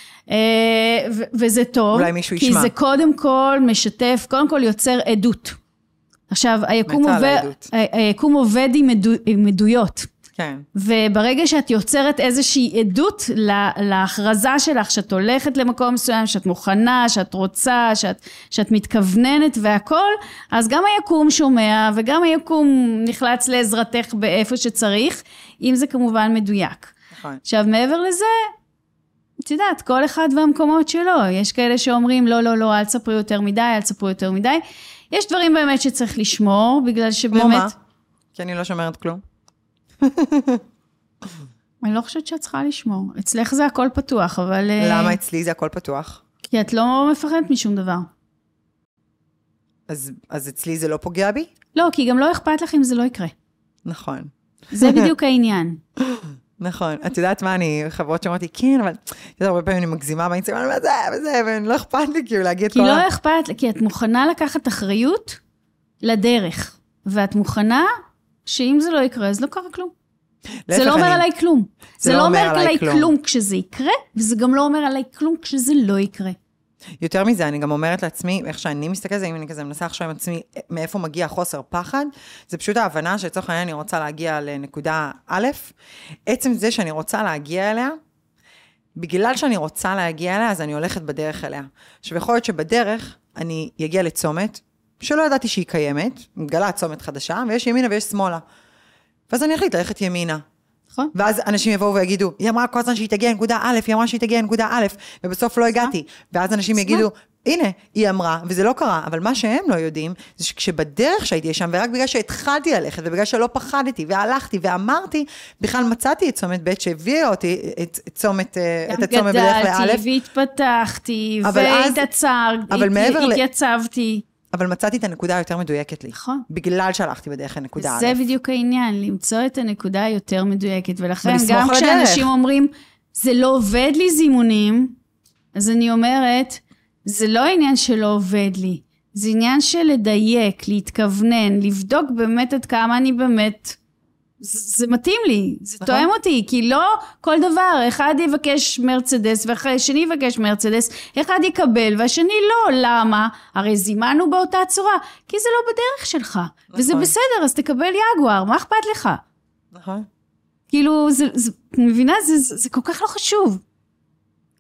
וזה טוב. אולי מישהו ישמע. כי זה קודם כל משתף, קודם כל יוצר עדות. עכשיו, היקום עובד עם עדויות. כן. וברגע שאת יוצרת איזושהי עדות להכרזה שלך, שאת הולכת למקום מסוים, שאת מוכנה, שאת רוצה, שאת מתכווננת והכל, אז גם היקום שומע, וגם היקום נחלץ לעזרתך באיפה שצריך, אם זה כמובן מדויק. נכון. עכשיו, מעבר לזה, את יודעת, כל אחד והמקומות שלו, יש כאלה שאומרים, לא, לא, לא, אל תספרו יותר מדי, אל תספרו יותר מדי. יש דברים באמת שצריך לשמור, בגלל שבאמת... כמו מה? כי אני לא שומרת כלום. אני לא חושבת שאת צריכה לשמור. אצלך זה הכל פתוח, אבל... למה אצלי זה הכל פתוח? כי את לא מפחדת משום דבר. אז אצלי זה לא פוגע בי? לא, כי גם לא אכפת לך אם זה לא יקרה. נכון. זה בדיוק העניין. נכון. את יודעת מה, חברות שאומרתי, כן, אבל הרבה פעמים אני מגזימה באינסטגרם, וזה, ולא אכפת לי כאילו להגיד כי לא אכפת, כי את מוכנה לקחת אחריות לדרך, ואת מוכנה שאם זה לא יקרה, אז לא קרה כלום. זה לא אומר עליי כלום. זה לא אומר עליי כלום כשזה יקרה, וזה גם לא אומר עליי כלום כשזה לא יקרה. יותר מזה, אני גם אומרת לעצמי, איך שאני מסתכלת, אם אני כזה מנסה עכשיו עם עצמי, מאיפה מגיע חוסר פחד, זה פשוט ההבנה שלצורך העניין אני רוצה להגיע לנקודה א', עצם זה שאני רוצה להגיע אליה, בגלל שאני רוצה להגיע אליה, אז אני הולכת בדרך אליה. יכול להיות שבדרך אני אגיע לצומת, שלא ידעתי שהיא קיימת, מגלה צומת חדשה, ויש ימינה ויש שמאלה. ואז אני אחליט ללכת ימינה. נכון. ואז אנשים יבואו ויגידו, היא אמרה כל הזמן שהיא תגיע לנקודה א', היא אמרה שהיא תגיע לנקודה א', ובסוף לא הגעתי. ואז אנשים יגידו, הנה, היא אמרה, וזה לא קרה. אבל מה שהם לא יודעים, זה שכשבדרך שהייתי שם, ורק בגלל שהתחלתי ללכת, ובגלל שלא פחדתי, והלכתי, ואמרתי, בכלל מצאתי את צומת ב' שהביאה אותי את הצומת בדרך לא'. גדלתי, והתפתחתי, והתייצבתי. אבל מצאתי את הנקודה היותר מדויקת לי. נכון. בגלל שהלכתי בדרך הנקודה א'. זה בדיוק העניין, למצוא את הנקודה היותר מדויקת, ולכן גם כשאנשים אומרים, זה לא עובד לי זימונים, אז אני אומרת, זה לא עניין שלא עובד לי, זה עניין של לדייק, להתכוונן, לבדוק באמת עד כמה אני באמת, זה מתאים לי, זה תואם אותי, כי לא כל דבר, אחד יבקש מרצדס, והשני יבקש מרצדס, אחד יקבל, והשני לא, למה? הרי זימנו באותה צורה, כי זה לא בדרך שלך, וזה בסדר, אז תקבל יגואר, מה אכפת לך? נכון. כאילו, מבינה, זה כל כך לא חשוב.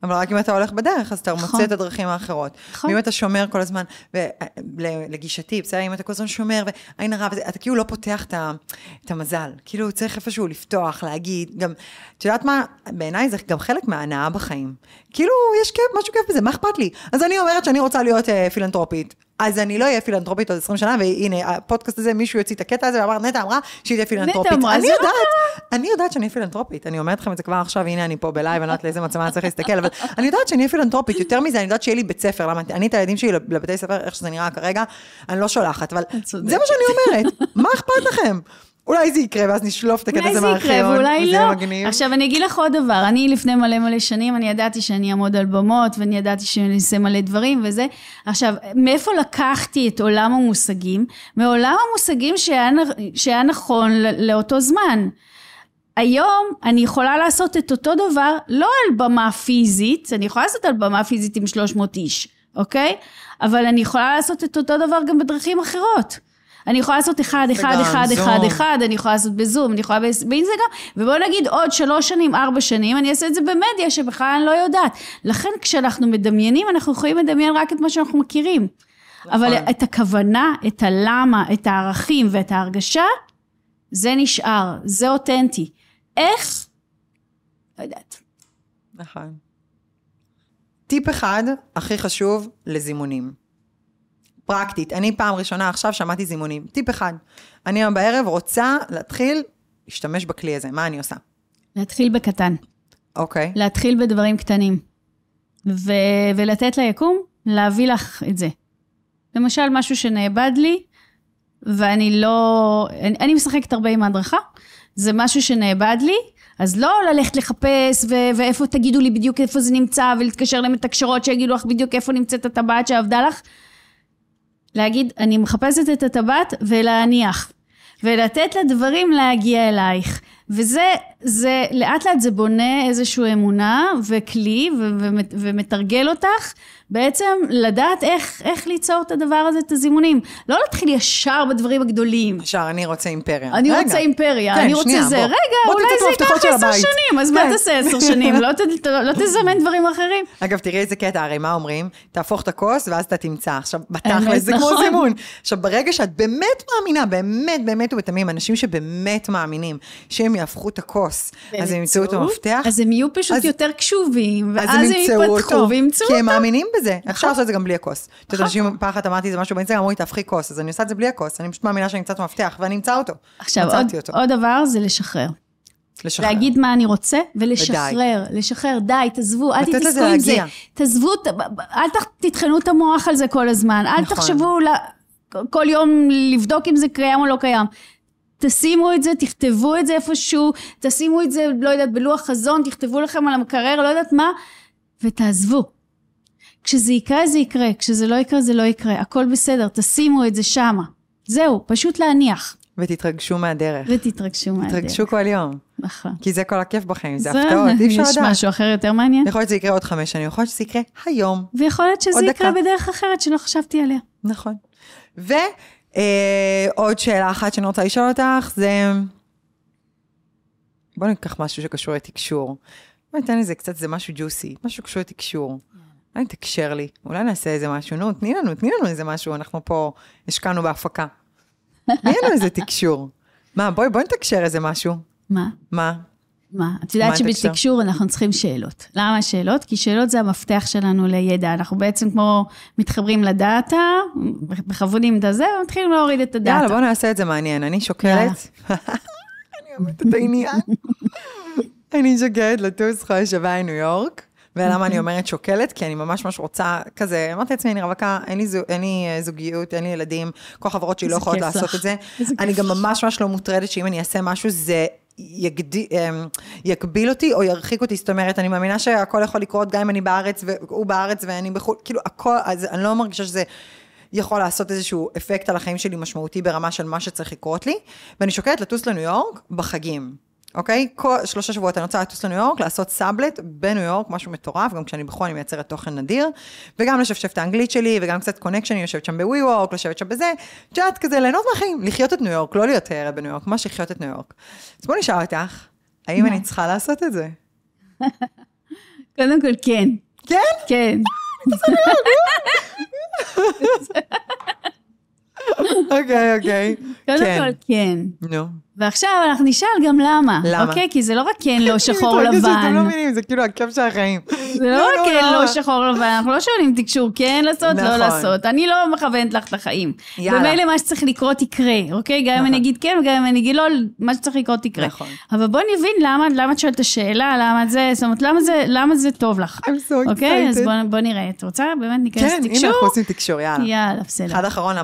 אבל רק אם אתה הולך בדרך, אז אתה מוצא את הדרכים האחרות. ואם אתה שומר כל הזמן, ולגישתי, בסדר, אם אתה כל הזמן שומר, ועין הרע, אתה כאילו לא פותח את המזל. כאילו צריך איפשהו לפתוח, להגיד, גם, את יודעת מה, בעיניי זה גם חלק מההנאה בחיים. כאילו, יש כיף, משהו כיף בזה, מה אכפת לי? אז אני אומרת שאני רוצה להיות פילנטרופית. אז אני לא אהיה פילנטרופית עוד 20 שנה, והנה, הפודקאסט הזה, מישהו יוציא את הקטע הזה, ואמר, נטע אמרה שהיא תהיה פילנטרופית. אני יודעת שאני פילנטרופית, אני אומרת לכם את זה כבר עכשיו, הנה אני פה בלייב, אני לא יודעת לאיזה מצלמה אני צריך להסתכל, אבל אני יודעת שאני פילנטרופית, יותר מזה, אני יודעת שיהיה לי בית ספר, למה אני את הילדים שלי לבתי ספר, איך שזה נראה כרגע, אני לא שולחת, אבל זה מה שאני אומרת, מה אכפת לכם? אולי זה יקרה, ואז נשלוף את הקטע הזה מהארכיון, וזה מגניב. עכשיו, אני אגיד לך עוד דבר, אני לפני מלא שנים, אני ידעתי שאני אעמוד על במות, ואני ידעתי שאני אעשה מלא דברים, וזה. עכשיו, מאיפה לקחתי את עולם המושגים? מעולם המושגים שהיה נכון לאותו זמן. היום אני יכולה לעשות את אותו דבר, לא על במה פיזית, אני יכולה לעשות על במה פיזית עם 300 איש, אוקיי? אבל אני יכולה לעשות את אותו דבר גם בדרכים אחרות. אני יכולה לעשות אחד, אני יכולה לעשות בזום, אני יכולה באינסטגרם, ובואו נגיד עוד 3 שנים, 4 שנים, אני אעשה את זה במדיה שבכלל אני לא יודעת. לכן כשאנחנו מדמיינים, אנחנו יכולים לדמיין רק את מה שאנחנו מכירים. אבל את הכוונה, את הלמה, את הערכים ואת ההרגשה, זה נשאר, זה אותנטי. איך? לא יודעת. נכון. טיפ אחד, הכי חשוב, לזימונים. פרקטית, אני פעם ראשונה עכשיו שמעתי זימונים. טיפ אחד, אני היום בערב רוצה להתחיל להשתמש בכלי הזה. מה אני עושה? להתחיל בקטן. אוקיי. להתחיל בדברים קטנים. ולתת ליקום, להביא לך את זה. למשל, משהו שנאבד לי, ואני לא... אני משחקת הרבה עם ההדרכה, זה משהו שנאבד לי, אז לא ללכת לחפש, ואיפה תגידו לי בדיוק איפה זה נמצא, ולהתקשר למתקשרות שיגידו לך בדיוק איפה נמצאת הטבעת שעבדה לך, להגיד, אני מחפשת את הטבעת ולהניח, ולתת לדברים להגיע אלייך. וזה, לאט לאט זה בונה איזושהי אמונה וכלי, ומתרגל אותך, בעצם לדעת איך ליצור את הדבר הזה, את הזימונים. לא להתחיל ישר בדברים הגדולים. ישר, אני רוצה אימפריה. אני רוצה אימפריה, אני רוצה זה. רגע, אולי זה ייקח 10 שנים, אז מה תעשה 10 שנים? לא תזמן דברים אחרים. אגב, תראי איזה קטע, הרי מה אומרים? תהפוך את הכוס, ואז אתה תמצא. עכשיו, בתכל'ס זה כמו זימון. עכשיו, ברגע שאת באמת מאמינה, באמת ובתמים, אנשים שבאמת מאמינים, שהם יהפכו את הכוס, אז הם ימצאו את המפתח. אז הם יהיו פשוט יותר קשובים, ואז הם יפתחו וימצאו אותו. כי הם מאמינים בזה. אפשר לעשות את זה גם בלי הכוס. אתה יודע, אנשים פעם אחת אמרתי, זה משהו באינסטגרם, אמרו לי, תהפכי כוס, אז אני עושה את זה בלי הכוס, אני פשוט מאמינה שאני אמצא את המפתח, ואני אמצא אותו. עכשיו, עוד דבר זה לשחרר. להגיד מה אני רוצה, ולשחרר, די, תעזבו, אל תתעסקו עם זה, תעזבו, אל תתחנו את המוח על זה כל הזמן, אל תחשבו כל יום לבדוק אם זה קיים או לא קיים. תשימו את זה, תכתבו את זה איפשהו, תשימו את זה, לא יודעת, בלוח חזון, תכתבו לכם על המקרר, לא יודעת מה, ותעזבו. כשזה יקרה, זה יקרה, כשזה לא יקרה, זה לא יקרה, הכל בסדר, תשימו את זה שמה. זהו, פשוט להניח. ותתרגשו מהדרך. תתרגשו כל יום. נכון. כי זה כל הכיף בחיים, זה הפתעות, אי אפשר לדעת. יש משהו אחר יותר מעניין? יכול להיות שזה יקרה עוד 5 שנים, יכול להיות שזה יקרה היום. ויכול להיות שזה יקרה בדרך אחרת שלא חשבתי עליה. נכון. ועוד שאלה אחת שאני רוצה לשאול אותך, זה... בואו ניקח משהו שקשור לתקשור. בואו ניתן לזה קצת, זה משהו ג'וסי, משהו שקשור לתקשור. אולי תקשר לי, אולי נעשה איזה משהו, נו, תני לנו איזה משהו, אנחנו פה השקענו בהפקה. תני לנו איזה תקשור. מה, בואי נתקשר איזה משהו. מה? את יודעת שבתקשור אנחנו צריכים שאלות. למה שאלות? כי שאלות זה המפתח שלנו לידע. אנחנו בעצם כמו מתחברים לדאטה, בכוונים את הזה, ומתחילים להוריד את הדאטה. יאללה, בואו נעשה את זה מעניין. אני שוקלת. אני אוהבת את העניין. אני שוקלת לטוס חודש הבא לניו יורק. ולמה אני אומרת שוקלת? כי אני ממש רוצה כזה, אמרתי לעצמי, אני רווקה, אין לי זוגיות, אין לי ילדים, כל חברות שהיא לא יכולות לעשות את זה. אני גם ממש לא מוטרדת שאם אני אעשה משהו, זה יקביל אותי או ירחיק אותי, זאת אומרת, אני מאמינה שהכל יכול לקרות, גם אם אני בארץ והוא בארץ ואני בחו"ל, כאילו הכל, אז אני לא מרגישה שזה יכול לעשות איזשהו אפקט על החיים שלי משמעותי ברמה של מה שצריך לקרות לי, ואני שוקלת לטוס לניו יורק בחגים. אוקיי? 3 שבועות אני רוצה לטוס לניו יורק, לעשות סאבלט בניו יורק, משהו מטורף, גם כשאני בחו"ל אני מייצרת תוכן נדיר, וגם לשפשף את האנגלית שלי, וגם קצת קונקשן, אני יושבת שם בווי וורק, לשבת שם בזה, ג'אט כזה, ליהנות מהחיים, לחיות את ניו יורק, לא להיות תיירת בניו יורק, ממש לחיות את ניו יורק. אז בוא נשאל אותך, האם אני צריכה לעשות את זה? קודם כל, כן. כן? כן. אוקיי. קודם כל, כן. נו. ועכשיו אנחנו נשאל גם למה. למה? אוקיי? כי זה לא רק כן, לא שחור לבן. אתם לא מבינים, זה כאילו הכיף של החיים. זה לא רק כן, לא שחור לבן. אנחנו לא שואלים תקשור, כן לעשות, לא לעשות. אני לא מכוונת לך את החיים. ומילא מה שצריך לקרות יקרה, אוקיי? גם אם אני אגיד כן, וגם אם אני אגיד לא, מה שצריך לקרות יקרה. אבל בואי נבין למה את שואלת את השאלה, למה זה, זאת אומרת, למה זה טוב לך. I'm so excited. אוקיי? אז בוא נראה. את רוצה? באמת ניכנס תקשור? כן, הנה אנחנו עושים תקשור, יאללה. יאללה, בסדר. אחד אחרון.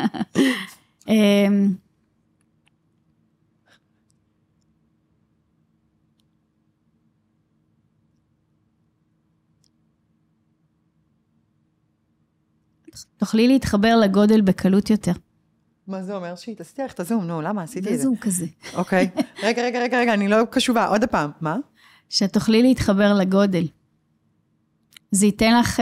תוכלי להתחבר לגודל בקלות יותר. מה זה אומר? תעשיתי לך את הזום, נו, למה עשיתי את זה? זה זום כזה. אוקיי. רגע, אני לא קשובה, עוד הפעם. מה? שתוכלי להתחבר לגודל. זה ייתן לך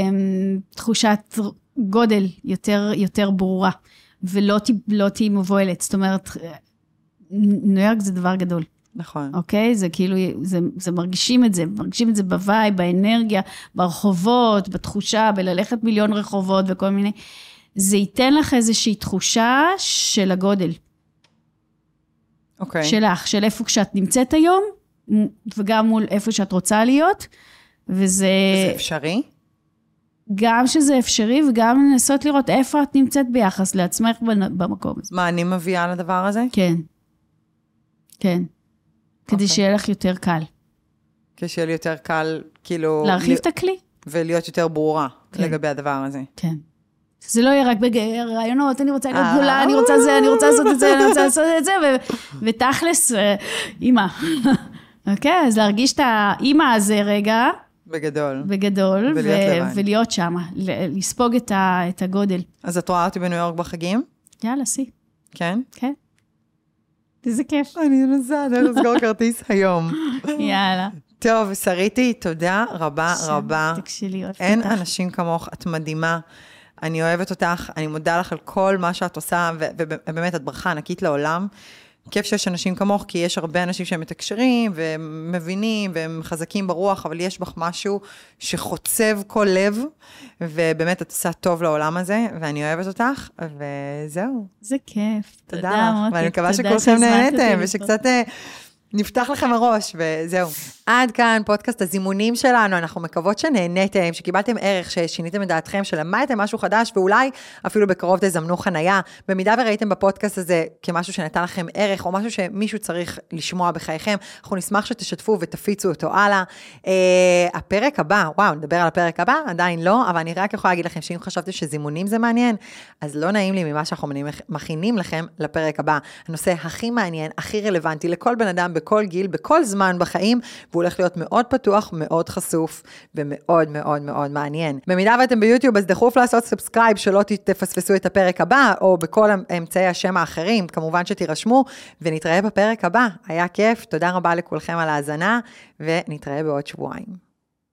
תחושת גודל יותר ברורה, ולא תהי מבוהלת. זאת אומרת, ניו יורק זה דבר גדול. נכון. אוקיי? זה כאילו, זה מרגישים את זה בוואי, באנרגיה, ברחובות, בתחושה, בללכת מיליון רחובות וכל מיני. זה ייתן לך איזושהי תחושה של הגודל. אוקיי. שלך, של איפה כשאת נמצאת היום, וגם מול איפה שאת רוצה להיות, וזה אפשרי? גם שזה אפשרי, וגם לנסות לראות איפה את נמצאת ביחס לעצמך במקום הזה. מה אני מביאה לדבר הזה? כן. כדי שיהיה לך יותר קל. כשיהיה לי יותר קל, כאילו... להרחיב את הכלי. ולהיות יותר ברורה לגבי הדבר הזה. כן. זה לא יהיה רק ברעיונות, אני רוצה להיות גדולה, אני רוצה זה, אני רוצה לעשות את זה, אני רוצה לעשות את זה, ותכלס, אימא. אוקיי, אז להרגיש את האימא הזה רגע. בגדול, ולהיות שם, לספוג את הגודל. אז את רואה אותי בניו יורק בחגים? יאללה, סי. כן? כן. איזה כיף. אני אנסה, אני אסגור כרטיס היום. יאללה. טוב, שריתי, תודה רבה. תקשילי, אוהבת אותך. אין אנשים כמוך, את מדהימה. אני אוהבת אותך, אני מודה לך על כל מה שאת עושה, ובאמת את ברכה ענקית לעולם. כיף שיש אנשים כמוך, כי יש הרבה אנשים שהם מתקשרים, ומבינים, והם חזקים ברוח, אבל יש בך משהו שחוצב כל לב, ובאמת את עושה טוב לעולם הזה, ואני אוהבת אותך, וזהו. זה כיף. תודה לך, ואני מקווה שכולכם נהנתם, ושקצת נפתח לכם הראש, וזהו. עד כאן פודקאסט הזימונים שלנו, אנחנו מקוות שנהנתם, שקיבלתם ערך, ששיניתם את דעתכם, שלמדתם משהו חדש, ואולי אפילו בקרוב תזמנו חנייה. במידה וראיתם בפודקאסט הזה כמשהו שנתן לכם ערך, או משהו שמישהו צריך לשמוע בחייכם, אנחנו נשמח שתשתפו ותפיצו אותו הלאה. הפרק הבא, וואו, נדבר על הפרק הבא, עדיין לא, אבל אני רק יכולה להגיד לכם שאם חשבתם שזימונים זה מעניין, אז לא נעים לי ממה שאנחנו מכינים לכם לפרק הבא. הנושא הכי מעניין, הכי רלוונטי לכל בן אדם, בכל גיל, בכל זמן בחיים, והוא הולך להיות מאוד פתוח, מאוד חשוף, ומאוד מאוד מאוד מעניין. במידה ואתם ביוטיוב, אז דחוף לעשות סאבסקרייב, שלא תפספסו את הפרק הבא, או בכל אמצעי השם האחרים, כמובן שתירשמו, ונתראה בפרק הבא. היה כיף, תודה רבה לכולכם על ההאזנה, ונתראה בעוד שבועיים.